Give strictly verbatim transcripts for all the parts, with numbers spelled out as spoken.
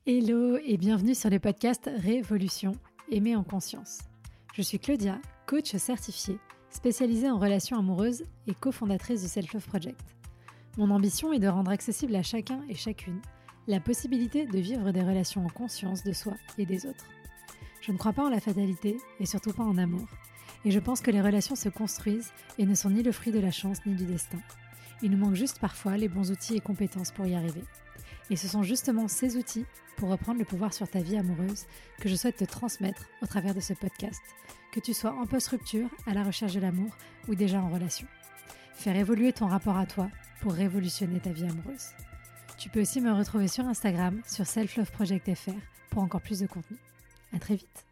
Hello et bienvenue sur le podcast Révolution, aimer en conscience. Je suis Claudia, coach certifiée, spécialisée en relations amoureuses et cofondatrice du Self Love Project. Mon ambition est de rendre accessible à chacun et chacune la possibilité de vivre des relations en conscience de soi et des autres. Je ne crois pas en la fatalité et surtout pas en amour. Et je pense que les relations se construisent et ne sont ni le fruit de la chance ni du destin. Il nous manque juste parfois les bons outils et compétences pour y arriver. Et ce sont justement ces outils pour reprendre le pouvoir sur ta vie amoureuse que je souhaite te transmettre au travers de ce podcast, que tu sois en post-rupture, à la recherche de l'amour ou déjà en relation. Faire évoluer ton rapport à toi pour révolutionner ta vie amoureuse. Tu peux aussi me retrouver sur Instagram, sur Self Love Project F R pour encore plus de contenu. À très vite.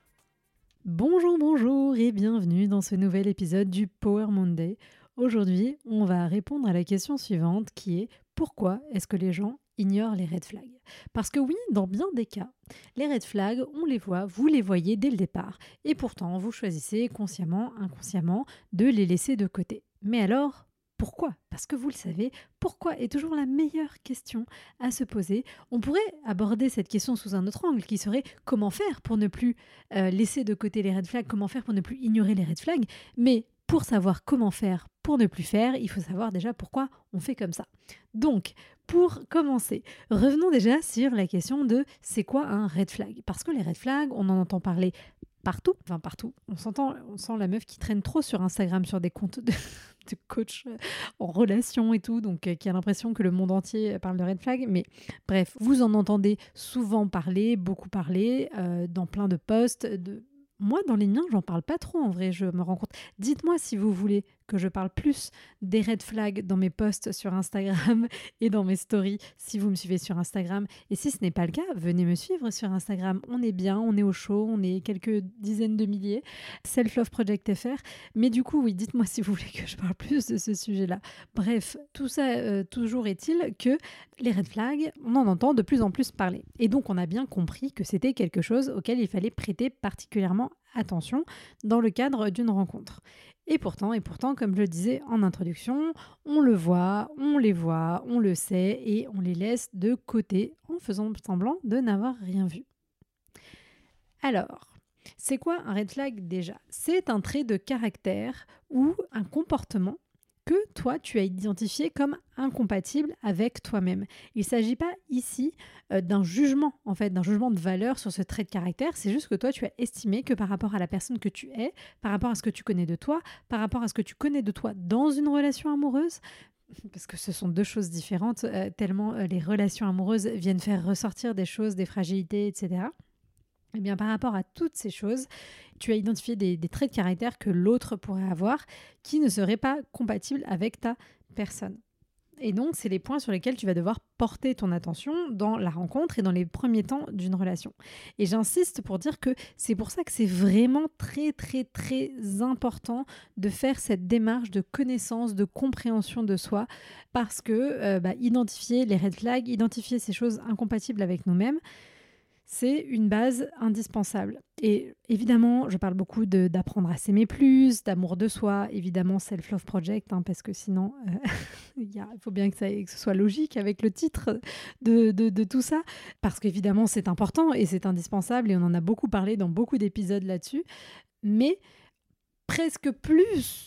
Bonjour, bonjour et bienvenue dans ce nouvel épisode du Power Monday. Aujourd'hui, on va répondre à la question suivante qui est « Pourquoi est-ce que les gens ignorent les red flags ?» Parce que oui, dans bien des cas, les red flags, on les voit, vous les voyez dès le départ. Et pourtant, vous choisissez consciemment, inconsciemment, de les laisser de côté. Mais alors, pourquoi ? Parce que vous le savez, pourquoi est toujours la meilleure question à se poser. On pourrait aborder cette question sous un autre angle qui serait comment faire pour ne plus euh, laisser de côté les red flags, comment faire pour ne plus ignorer les red flags. Mais pour savoir comment faire pour ne plus faire, il faut savoir déjà pourquoi on fait comme ça. Donc, pour commencer, revenons déjà sur la question de c'est quoi un red flag ? Parce que les red flags, on en entend parler partout, enfin partout. On s'entend, on sent la meuf qui traîne trop sur Instagram sur des comptes de, de coach en relation et tout, donc euh, qui a l'impression que le monde entier parle de red flag. Mais bref, vous en entendez souvent parler, beaucoup parler, euh, dans plein de posts, de... Moi, dans les miens, j'en parle pas trop en vrai, je me rends compte. Dites-moi si vous voulez que je parle plus des red flags dans mes posts sur Instagram et dans mes stories si vous me suivez sur Instagram. Et si ce n'est pas le cas, venez me suivre sur Instagram. On est bien, on est au chaud, on est quelques dizaines de milliers. Self Love Project F R. Mais du coup, oui, dites-moi si vous voulez que je parle plus de ce sujet-là. Bref, tout ça, euh, toujours est-il que les red flags, on en entend de plus en plus parler. Et donc, on a bien compris que c'était quelque chose auquel il fallait prêter particulièrement attention dans le cadre d'une rencontre. Et pourtant, et pourtant, comme je le disais en introduction, on le voit, on les voit, on le sait et on les laisse de côté en faisant semblant de n'avoir rien vu. Alors, c'est quoi un red flag déjà ? C'est un trait de caractère ou un comportement que toi, tu as identifié comme incompatible avec toi-même. Il ne s'agit pas ici euh, d'un jugement, en fait, d'un jugement de valeur sur ce trait de caractère. C'est juste que toi, tu as estimé que par rapport à la personne que tu es, par rapport à ce que tu connais de toi, par rapport à ce que tu connais de toi dans une relation amoureuse, parce que ce sont deux choses différentes, euh, tellement euh, les relations amoureuses viennent faire ressortir des choses, des fragilités, et cetera. Eh bien, par rapport à toutes ces choses, tu as identifié des, des traits de caractère que l'autre pourrait avoir qui ne seraient pas compatibles avec ta personne. Et donc, c'est les points sur lesquels tu vas devoir porter ton attention dans la rencontre et dans les premiers temps d'une relation. Et j'insiste pour dire que c'est pour ça que c'est vraiment très, très, très important de faire cette démarche de connaissance, de compréhension de soi, parce que euh, bah, identifier les red flags, identifier ces choses incompatibles avec nous-mêmes, c'est une base indispensable. Et évidemment, je parle beaucoup de, d'apprendre à s'aimer plus, d'amour de soi, évidemment Self Love Project, hein, parce que sinon, euh, il faut bien que, ça, que ce soit logique avec le titre de, de, de tout ça, parce qu'évidemment, c'est important et c'est indispensable, et on en a beaucoup parlé dans beaucoup d'épisodes là-dessus, mais presque plus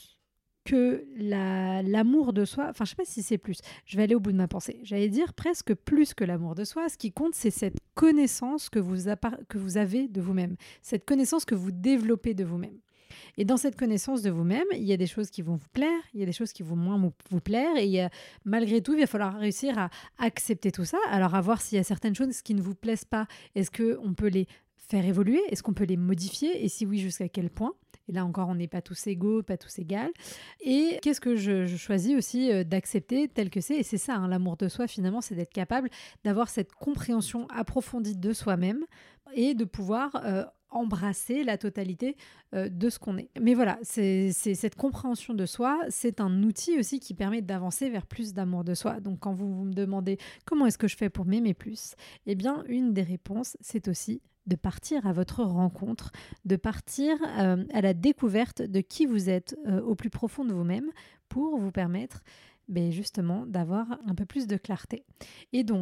que la, l'amour de soi, enfin je sais pas si c'est plus, je vais aller au bout de ma pensée, j'allais dire presque plus que l'amour de soi, ce qui compte c'est cette connaissance que vous, appar- que vous avez de vous-même, cette connaissance que vous développez de vous-même. Et dans cette connaissance de vous-même, il y a des choses qui vont vous plaire, il y a des choses qui vont moins vous plaire, et il y a, malgré tout, il va falloir réussir à accepter tout ça, alors à voir s'il y a certaines choses qui ne vous plaisent pas, est-ce qu'on peut les faire évoluer, est-ce qu'on peut les modifier, et si oui, jusqu'à quel point ? Et là encore, on n'est pas tous égaux, pas tous égales. Et qu'est-ce que je, je choisis aussi euh, d'accepter tel que c'est ? Et c'est ça, hein, l'amour de soi, finalement, c'est d'être capable d'avoir cette compréhension approfondie de soi-même et de pouvoir euh, embrasser la totalité euh, de ce qu'on est. Mais voilà, c'est, c'est cette compréhension de soi, c'est un outil aussi qui permet d'avancer vers plus d'amour de soi. Donc quand vous, vous me demandez comment est-ce que je fais pour m'aimer plus, eh bien, une des réponses, c'est aussi de partir à votre rencontre, de partir euh, à la découverte de qui vous êtes euh, au plus profond de vous-même pour vous permettre ben, justement d'avoir un peu plus de clarté. Et donc,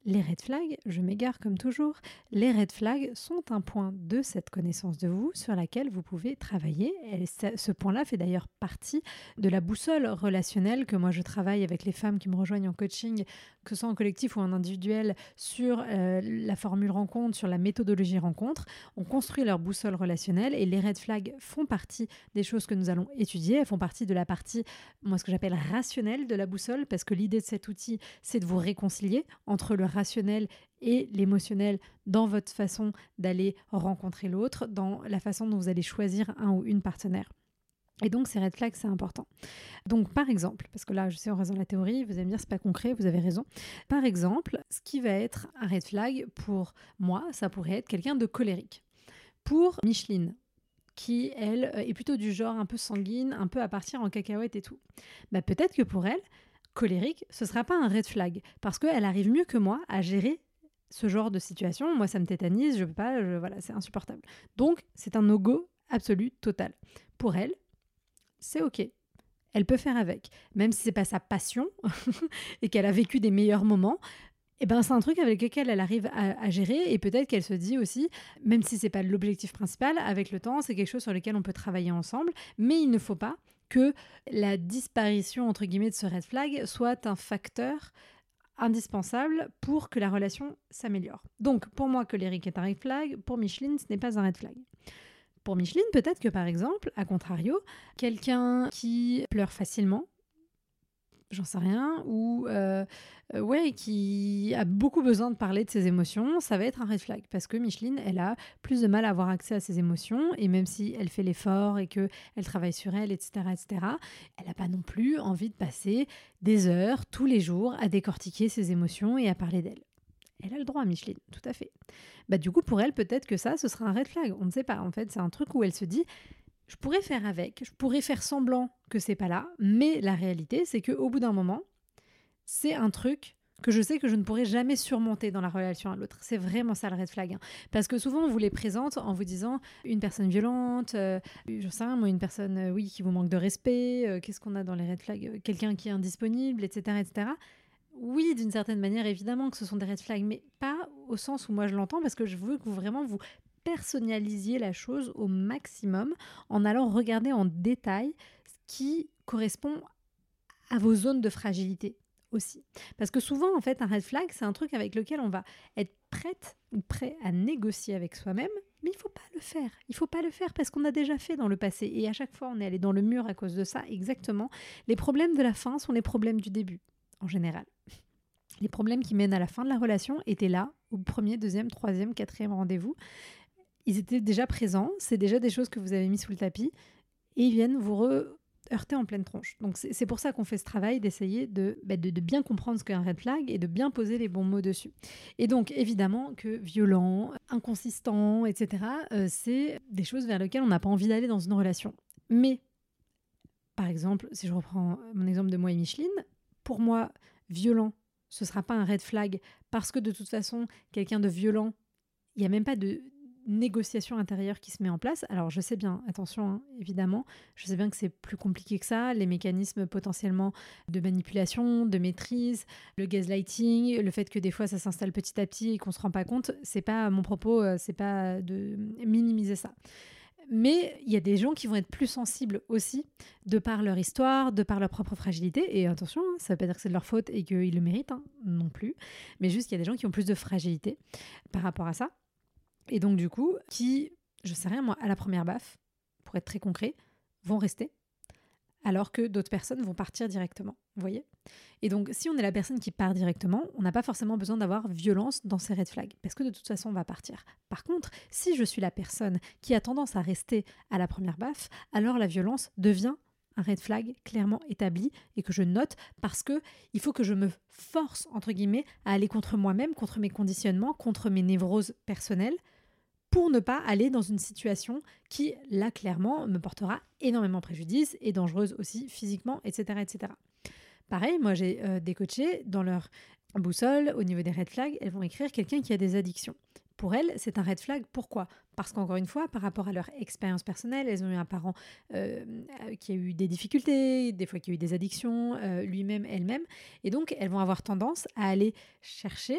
Les red flags, je m'égare comme toujours, les red flags sont un point de cette connaissance de vous sur laquelle vous pouvez travailler. Et ça- ce point-là fait d'ailleurs partie de la boussole relationnelle que moi je travaille avec les femmes qui me rejoignent en coaching, que ce soit en collectif ou en individuel, sur euh, la formule rencontre, sur la méthodologie rencontre. On construit leur boussole relationnelle et les red flags font partie des choses que nous allons étudier. Elles font partie de la partie, moi ce que j'appelle rationnelle de la boussole, parce que l'idée de cet outil, c'est de vous réconcilier entre le rationnel et l'émotionnel dans votre façon d'aller rencontrer l'autre, dans la façon dont vous allez choisir un ou une partenaire. Et donc, ces red flags, c'est important. Donc, par exemple, parce que là, je sais, on reste dans la théorie, vous allez me dire, c'est pas concret, vous avez raison. Par exemple, ce qui va être un red flag, pour moi, ça pourrait être quelqu'un de colérique. Pour Micheline, qui, elle, est plutôt du genre un peu sanguine, un peu à partir en cacahuète et tout, bah, peut-être que pour elle, colérique, ce ne sera pas un red flag, parce qu'elle arrive mieux que moi à gérer ce genre de situation. Moi, ça me tétanise, je peux pas, je, voilà, c'est insupportable. Donc, c'est un no-go absolu, total. Pour elle, c'est OK. Elle peut faire avec. Même si c'est pas sa passion et qu'elle a vécu des meilleurs moments, eh ben, c'est un truc avec lequel elle arrive à, à gérer, et peut-être qu'elle se dit aussi, même si c'est pas l'objectif principal, avec le temps, c'est quelque chose sur lequel on peut travailler ensemble, mais il ne faut pas que la disparition, entre guillemets, de ce red flag soit un facteur indispensable pour que la relation s'améliore. Donc, pour moi, colérique est un red flag, pour Micheline, ce n'est pas un red flag. Pour Micheline, peut-être que, par exemple, à contrario, quelqu'un qui pleure facilement, j'en sais rien, ou euh, euh, ouais, qui a beaucoup besoin de parler de ses émotions, ça va être un red flag. Parce que Micheline, elle a plus de mal à avoir accès à ses émotions, et même si elle fait l'effort et qu'elle travaille sur elle, et cetera, et cetera, elle n'a pas non plus envie de passer des heures, tous les jours, à décortiquer ses émotions et à parler d'elle. Elle a le droit, Micheline, tout à fait. Bah, du coup, pour elle, peut-être que ça, ce sera un red flag. On ne sait pas. En fait, c'est un truc où elle se dit... Je pourrais faire avec, je pourrais faire semblant que c'est pas là, mais la réalité, c'est qu'au bout d'un moment, c'est un truc que je sais que je ne pourrai jamais surmonter dans la relation à l'autre. C'est vraiment ça le red flag. Hein. Parce que souvent, on vous les présente en vous disant une personne violente, euh, je sais pas, moi, une personne, euh, oui, qui vous manque de respect, euh, qu'est-ce qu'on a dans les red flags, quelqu'un qui est indisponible, et cetera, et cetera. Oui, d'une certaine manière, évidemment que ce sont des red flags, mais pas au sens où moi je l'entends, parce que je veux que vous vraiment vous personnalisiez la chose au maximum en allant regarder en détail ce qui correspond à vos zones de fragilité aussi. Parce que souvent, en fait, un red flag, c'est un truc avec lequel on va être prête ou prêt à négocier avec soi-même, mais il ne faut pas le faire. Il ne faut pas le faire parce qu'on a déjà fait dans le passé. Et à chaque fois, on est allé dans le mur à cause de ça, exactement. Les problèmes de la fin sont les problèmes du début, en général. Les problèmes qui mènent à la fin de la relation étaient là, au premier, deuxième, troisième, quatrième rendez-vous. Ils étaient déjà présents, c'est déjà des choses que vous avez mis sous le tapis, et ils viennent vous heurter en pleine tronche. Donc c'est, c'est pour ça qu'on fait ce travail d'essayer de, bah, de, de bien comprendre ce qu'est un red flag et de bien poser les bons mots dessus. Et donc évidemment que violent, inconsistant, et cetera, euh, c'est des choses vers lesquelles on n'a pas envie d'aller dans une relation. Mais, par exemple, si je reprends mon exemple de moi et Micheline, pour moi, violent, ce ne sera pas un red flag parce que de toute façon, quelqu'un de violent, il n'y a même pas de négociation intérieure qui se met en place. Alors je sais bien, attention, hein, évidemment, je sais bien que c'est plus compliqué que ça, les mécanismes potentiellement de manipulation, de maîtrise, le gaslighting, le fait que des fois ça s'installe petit à petit et qu'on ne se rend pas compte, c'est pas mon propos, c'est pas de minimiser ça. Mais il y a des gens qui vont être plus sensibles aussi, de par leur histoire, de par leur propre fragilité. Et attention, hein, ça ne veut pas dire que c'est de leur faute et qu'ils le méritent, hein, non plus. Mais juste qu'il y a des gens qui ont plus de fragilité par rapport à ça. Et donc du coup, qui, je sais rien moi, à la première baffe, pour être très concret, vont rester, alors que d'autres personnes vont partir directement, vous voyez ? Et donc, si on est la personne qui part directement, on n'a pas forcément besoin d'avoir violence dans ces red flags, parce que de toute façon, on va partir. Par contre, si je suis la personne qui a tendance à rester à la première baffe, alors la violence devient un red flag clairement établi et que je note parce que il faut que je me force, entre guillemets, à aller contre moi-même, contre mes conditionnements, contre mes névroses personnelles, pour ne pas aller dans une situation qui, là, clairement, me portera énormément préjudice et dangereuse aussi physiquement, et cetera, et cetera. Pareil, moi, j'ai euh, des coachés, dans leur boussole, au niveau des red flags, elles vont écrire quelqu'un qui a des addictions. Pour elles, c'est un red flag. Pourquoi ? Parce qu'encore une fois, par rapport à leur expérience personnelle, elles ont eu un parent euh, qui a eu des difficultés, des fois qui a eu des addictions, euh, lui-même, elle-même. Et donc, elles vont avoir tendance à aller chercher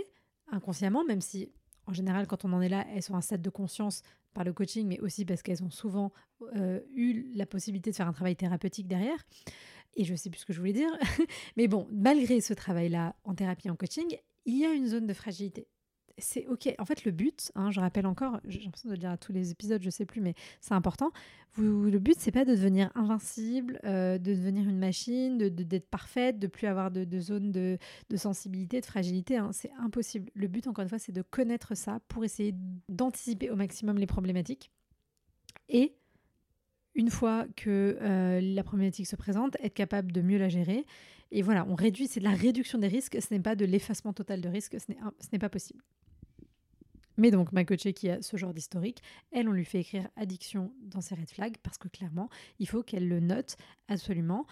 inconsciemment, même si en général, quand on en est là, elles sont à un stade de conscience par le coaching, mais aussi parce qu'elles ont souvent euh, eu la possibilité de faire un travail thérapeutique derrière. Et je sais plus ce que je voulais dire. Mais bon, malgré ce travail-là en thérapie, en coaching, il y a une zone de fragilité. C'est OK. En fait, le but, hein, je rappelle encore, j'ai l'impression de le dire à tous les épisodes, je sais plus, mais c'est important. Vous, le but, c'est pas de devenir invincible, euh, de devenir une machine, de, de- d'être parfaite, de plus avoir de, de zone de, de sensibilité, de fragilité. Hein. C'est impossible. Le but, encore une fois, c'est de connaître ça pour essayer d'anticiper au maximum les problématiques. Et une fois que euh, la problématique se présente, être capable de mieux la gérer. Et voilà, on réduit, c'est de la réduction des risques, ce n'est pas de l'effacement total de risques, ce n'est, ce n'est pas possible. Mais donc, ma coachée qui a ce genre d'historique, elle, on lui fait écrire addiction dans ses red flags parce que clairement, il faut qu'elle le note absolument.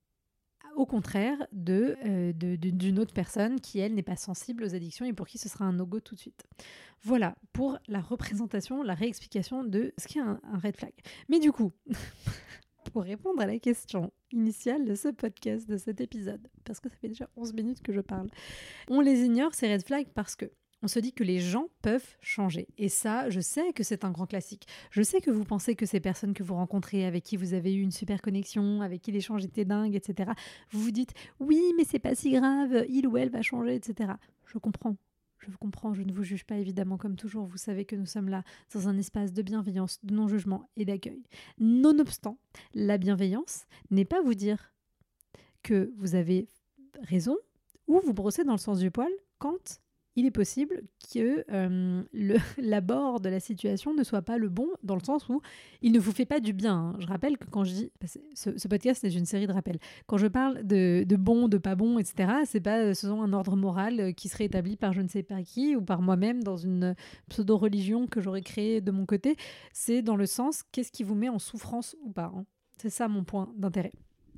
Au contraire de, euh, de, de, d'une autre personne qui, elle, n'est pas sensible aux addictions et pour qui ce sera un no-go tout de suite. Voilà pour la représentation, la réexplication de ce qu'est un, un red flag. Mais du coup, pour répondre à la question initiale de ce podcast, de cet épisode, parce que ça fait déjà onze minutes que je parle, on les ignore, ces red flags, parce que on se dit que les gens peuvent changer. Et ça, je sais que c'est un grand classique. Je sais que vous pensez que ces personnes que vous rencontrez, avec qui vous avez eu une super connexion, avec qui l'échange était dingue, et cetera, vous vous dites « Oui, mais c'est pas si grave, il ou elle va changer, et cetera » Je comprends. Je vous comprends, je ne vous juge pas évidemment comme toujours. Vous savez que nous sommes là dans un espace de bienveillance, de non-jugement et d'accueil. Nonobstant, la bienveillance n'est pas vous dire que vous avez raison ou vous brosser dans le sens du poil quand il est possible que euh, le, l'abord de la situation ne soit pas le bon, dans le sens où il ne vous fait pas du bien. Hein. Je rappelle que quand je dis... Ce, ce podcast est une série de rappels. Quand je parle de, de bon, de pas bon, et cetera, c'est pas ce sont un ordre moral qui serait établi par je ne sais pas qui ou par moi-même dans une pseudo-religion que j'aurais créée de mon côté. C'est dans le sens, qu'est-ce qui vous met en souffrance ou pas. Hein. C'est ça mon point d'intérêt.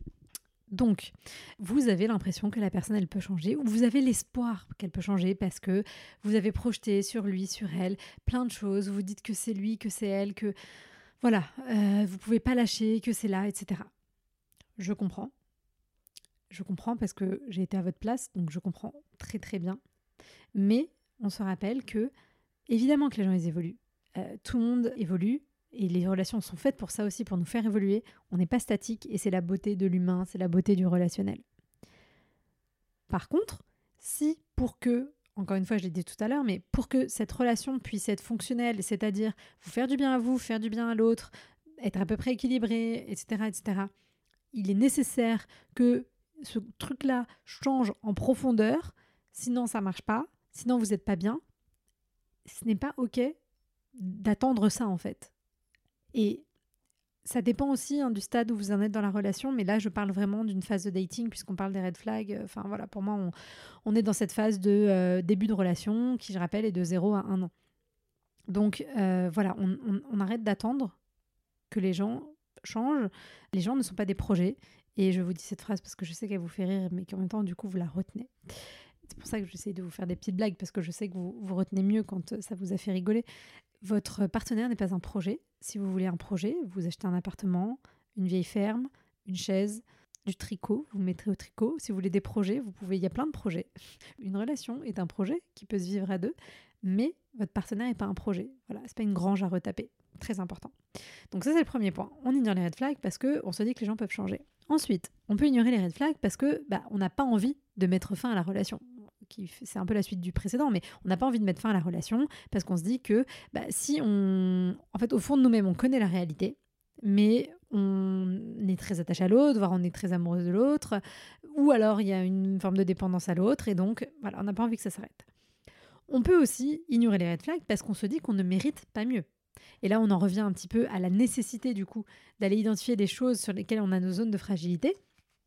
Donc, vous avez l'impression que la personne, elle peut changer, ou vous avez l'espoir qu'elle peut changer parce que vous avez projeté sur lui, sur elle, plein de choses. Vous dites que c'est lui, que c'est elle, que voilà, euh, vous pouvez pas lâcher, que c'est là, et cetera. Je comprends. Je comprends parce que j'ai été à votre place, donc je comprends très très bien. Mais on se rappelle que, évidemment que les gens, ils évoluent. Euh, tout le monde évolue. Et les relations sont faites pour ça aussi, pour nous faire évoluer. On n'est pas statique et c'est la beauté de l'humain, c'est la beauté du relationnel. Par contre, si pour que, encore une fois je l'ai dit tout à l'heure, mais pour que cette relation puisse être fonctionnelle, c'est-à-dire vous faire du bien à vous, faire du bien à l'autre, être à peu près équilibré, et cetera, et cetera, il est nécessaire que ce truc-là change en profondeur, sinon ça ne marche pas, sinon vous n'êtes pas bien. Ce n'est pas OK d'attendre ça en fait. Et ça dépend aussi hein, du stade où vous en êtes dans la relation, mais là je parle vraiment d'une phase de dating puisqu'on parle des red flags. Enfin voilà, pour moi on, on est dans cette phase de euh, début de relation qui, je rappelle, est de zéro à un an. Donc euh, voilà, on, on, on arrête d'attendre que les gens changent. Les gens ne sont pas des projets. Et je vous dis cette phrase parce que je sais qu'elle vous fait rire, mais qu'en même temps du coup vous la retenez. C'est pour ça que j'essaie de vous faire des petites blagues parce que je sais que vous vous retenez mieux quand ça vous a fait rigoler. Votre partenaire n'est pas un projet. Si vous voulez un projet, vous achetez un appartement, une vieille ferme, une chaise, du tricot, vous mettrez au tricot. Si vous voulez des projets, vous pouvez, il y a plein de projets. Une relation est un projet qui peut se vivre à deux, mais votre partenaire n'est pas un projet. Voilà, c'est pas une grange à retaper. Très important. Donc ça, c'est le premier point. On ignore les red flags parce qu'on se dit que les gens peuvent changer. Ensuite, on peut ignorer les red flags parce que bah, on n'a pas envie de mettre fin à la relation. Qui, c'est un peu la suite du précédent, mais on n'a pas envie de mettre fin à la relation parce qu'on se dit que bah, si on... En fait, au fond de nous-mêmes, on connaît la réalité, mais on est très attaché à l'autre, voire on est très amoureuse de l'autre, ou alors il y a une forme de dépendance à l'autre, et donc, voilà, on n'a pas envie que ça s'arrête. On peut aussi ignorer les red flags parce qu'on se dit qu'on ne mérite pas mieux. Et là, on en revient un petit peu à la nécessité, du coup, d'aller identifier des choses sur lesquelles on a nos zones de fragilité.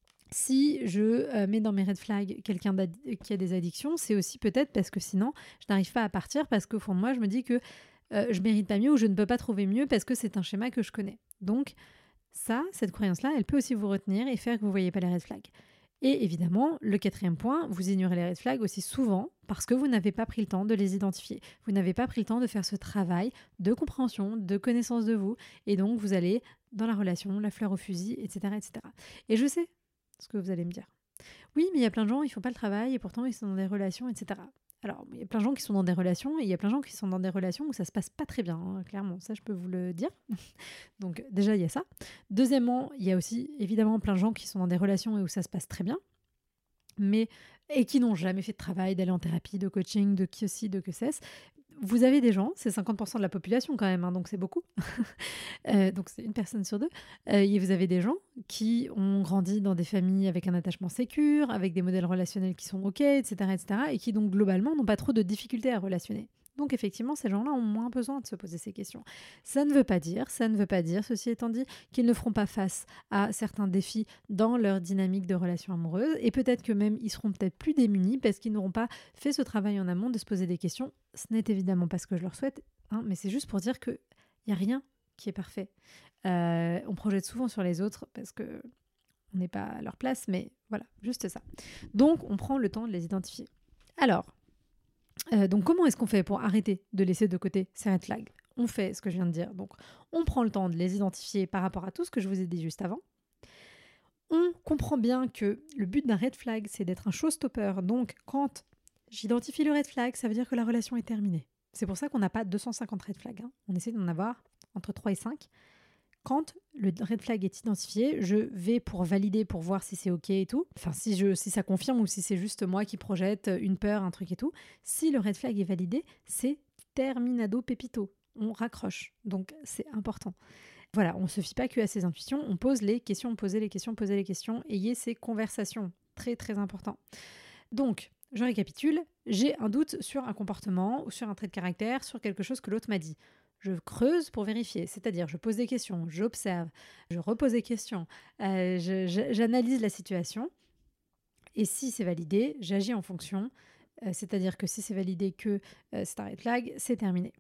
Si je euh, mets dans mes red flags quelqu'un qui a des addictions, c'est aussi peut-être parce que sinon, je n'arrive pas à partir parce qu'au fond de moi, je me dis que euh, je mérite pas mieux ou je ne peux pas trouver mieux parce que c'est un schéma que je connais. Donc ça, cette croyance-là, elle peut aussi vous retenir et faire que vous ne voyez pas les red flags. Et évidemment, le quatrième point, vous ignorez les red flags aussi souvent parce que vous n'avez pas pris le temps de les identifier. Vous n'avez pas pris le temps de faire ce travail de compréhension, de connaissance de vous. Et donc, vous allez dans la relation, la fleur au fusil, et cetera, et cetera. Et je sais ce que vous allez me dire. Oui, mais il y a plein de gens, ils font pas le travail et pourtant ils sont dans des relations, et cetera. Alors, il y a plein de gens qui sont dans des relations et il y a plein de gens qui sont dans des relations où ça se passe pas très bien, hein, clairement, ça je peux vous le dire. Donc déjà, il y a ça. Deuxièmement, il y a aussi évidemment plein de gens qui sont dans des relations et où ça se passe très bien, mais et qui n'ont jamais fait de travail, d'aller en thérapie, de coaching, de qui aussi, de que sais-ce. Vous avez des gens, c'est cinquante pour cent de la population quand même, hein, donc c'est beaucoup. Euh, donc c'est une personne sur deux. Euh, et vous avez des gens qui ont grandi dans des familles avec un attachement sécure, avec des modèles relationnels qui sont OK, et cetera, et cetera, et qui donc globalement n'ont pas trop de difficultés à relationner. Donc effectivement, ces gens-là ont moins besoin de se poser ces questions. Ça ne veut pas dire, ça ne veut pas dire, ceci étant dit, qu'ils ne feront pas face à certains défis dans leur dynamique de relation amoureuse, et peut-être que même ils seront peut-être plus démunis parce qu'ils n'auront pas fait ce travail en amont de se poser des questions. Ce n'est évidemment pas ce que je leur souhaite, hein, mais c'est juste pour dire qu'il n'y a rien qui est parfait. Euh, on projette souvent sur les autres parce que on n'est pas à leur place, mais voilà, juste ça. Donc, on prend le temps de les identifier. Alors, Euh, donc, comment est-ce qu'on fait pour arrêter de laisser de côté ces red flags? On fait ce que je viens de dire. Donc, on prend le temps de les identifier par rapport à tout ce que je vous ai dit juste avant. On comprend bien que le but d'un red flag, c'est d'être un showstopper. Donc, quand j'identifie le red flag, ça veut dire que la relation est terminée. C'est pour ça qu'on n'a pas deux cent cinquante red flags. Hein. On essaie d'en avoir entre trois et cinq. Quand le red flag est identifié, je vais pour valider, pour voir si c'est OK et tout. Enfin, si, je, si ça confirme ou si c'est juste moi qui projette une peur, un truc et tout. Si le red flag est validé, c'est terminado pepito. On raccroche. Donc, c'est important. Voilà, on ne se fie pas que à ses intuitions. On pose les questions, poser les questions, poser les questions. Ayez ces conversations. Très, très important. Donc, je récapitule. J'ai un doute sur un comportement ou sur un trait de caractère, sur quelque chose que l'autre m'a dit. Je creuse pour vérifier, c'est-à-dire je pose des questions, j'observe, je repose des questions, euh, je, je, j'analyse la situation et si c'est validé, j'agis en fonction, euh, c'est-à-dire que si c'est validé que euh, c'est un red flag, c'est terminé.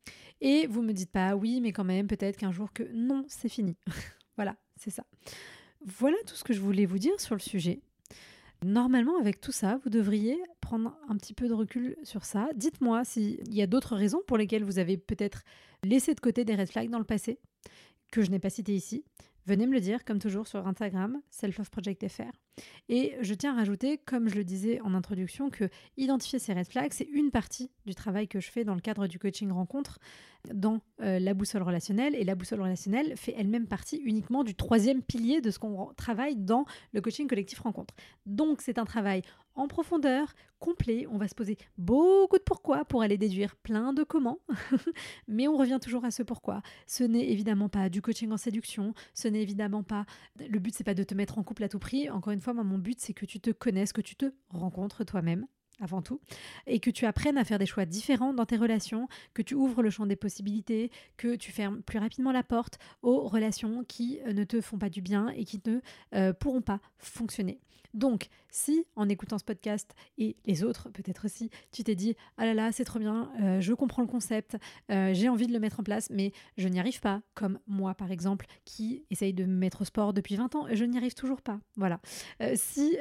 Et vous me dites pas oui, mais quand même, peut-être qu'un jour que non, c'est fini. Voilà, c'est ça. Voilà tout ce que je voulais vous dire sur le sujet. Normalement, avec tout ça, vous devriez prendre un petit peu de recul sur ça. Dites-moi s'il y a d'autres raisons pour lesquelles vous avez peut-être laissé de côté des red flags dans le passé, que je n'ai pas citées ici. Venez me le dire, comme toujours, sur Instagram, Self Love Project F R. Et je tiens à rajouter, comme je le disais en introduction, que identifier ces red flags, c'est une partie du travail que je fais dans le cadre du coaching rencontre dans euh, la boussole relationnelle. Et la boussole relationnelle fait elle-même partie uniquement du troisième pilier de ce qu'on travaille dans le coaching collectif rencontre. Donc, c'est un travail en profondeur, complet. On va se poser beaucoup de pourquoi pour aller déduire plein de comment. Mais on revient toujours à ce pourquoi. Ce n'est évidemment pas du coaching en séduction. Ce n'est évidemment pas... Le but, c'est pas de te mettre en couple à tout prix. Encore une fois, moi, mon but, c'est que tu te connaisses, que tu te rencontres toi-même avant tout, et que tu apprennes à faire des choix différents dans tes relations, que tu ouvres le champ des possibilités, que tu fermes plus rapidement la porte aux relations qui euh, ne te font pas du bien et qui ne euh, pourront pas fonctionner. Donc, si en écoutant ce podcast et les autres peut-être aussi, tu t'es dit « Ah là là, c'est trop bien, euh, je comprends le concept, euh, j'ai envie de le mettre en place, mais je n'y arrive pas », comme moi par exemple, qui essaye de me mettre au sport depuis vingt ans, je n'y arrive toujours pas. Voilà. Euh, si...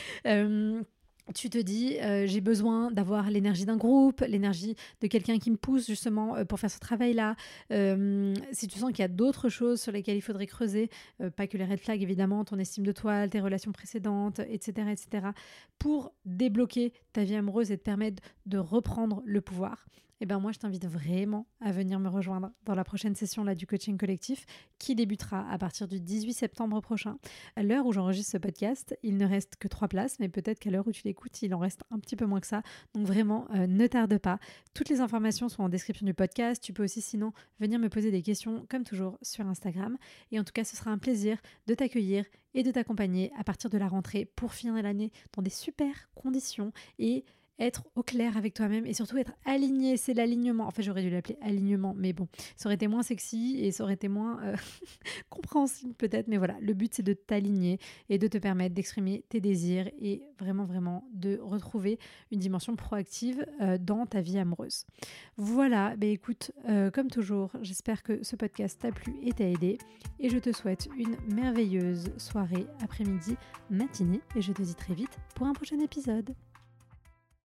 euh, tu te dis, euh, j'ai besoin d'avoir l'énergie d'un groupe, l'énergie de quelqu'un qui me pousse justement euh, pour faire ce travail-là. Euh, si tu sens qu'il y a d'autres choses sur lesquelles il faudrait creuser, euh, pas que les red flags évidemment, ton estime de toi, tes relations précédentes, et cetera, et cetera, pour débloquer ta vie amoureuse et te permettre de reprendre le pouvoir, eh ben moi je t'invite vraiment à venir me rejoindre dans la prochaine session là, du coaching collectif qui débutera à partir du dix-huit septembre prochain. À l'heure où j'enregistre ce podcast, il ne reste que trois places, mais peut-être qu'à l'heure où tu l'écoutes, il en reste un petit peu moins que ça. Donc vraiment, euh, ne tarde pas. Toutes les informations sont en description du podcast. Tu peux aussi sinon venir me poser des questions comme toujours sur Instagram. Et en tout cas, ce sera un plaisir de t'accueillir et de t'accompagner à partir de la rentrée pour finir l'année dans des super conditions et être au clair avec toi-même et surtout être aligné, c'est l'alignement. En fait, j'aurais dû l'appeler alignement, mais bon, ça aurait été moins sexy et ça aurait été moins euh, compréhensible peut-être, mais voilà, le but c'est de t'aligner et de te permettre d'exprimer tes désirs et vraiment, vraiment de retrouver une dimension proactive euh, dans ta vie amoureuse. Voilà, bah écoute, euh, comme toujours, j'espère que ce podcast t'a plu et t'a aidé et je te souhaite une merveilleuse soirée, après-midi, matinée et je te dis très vite pour un prochain épisode.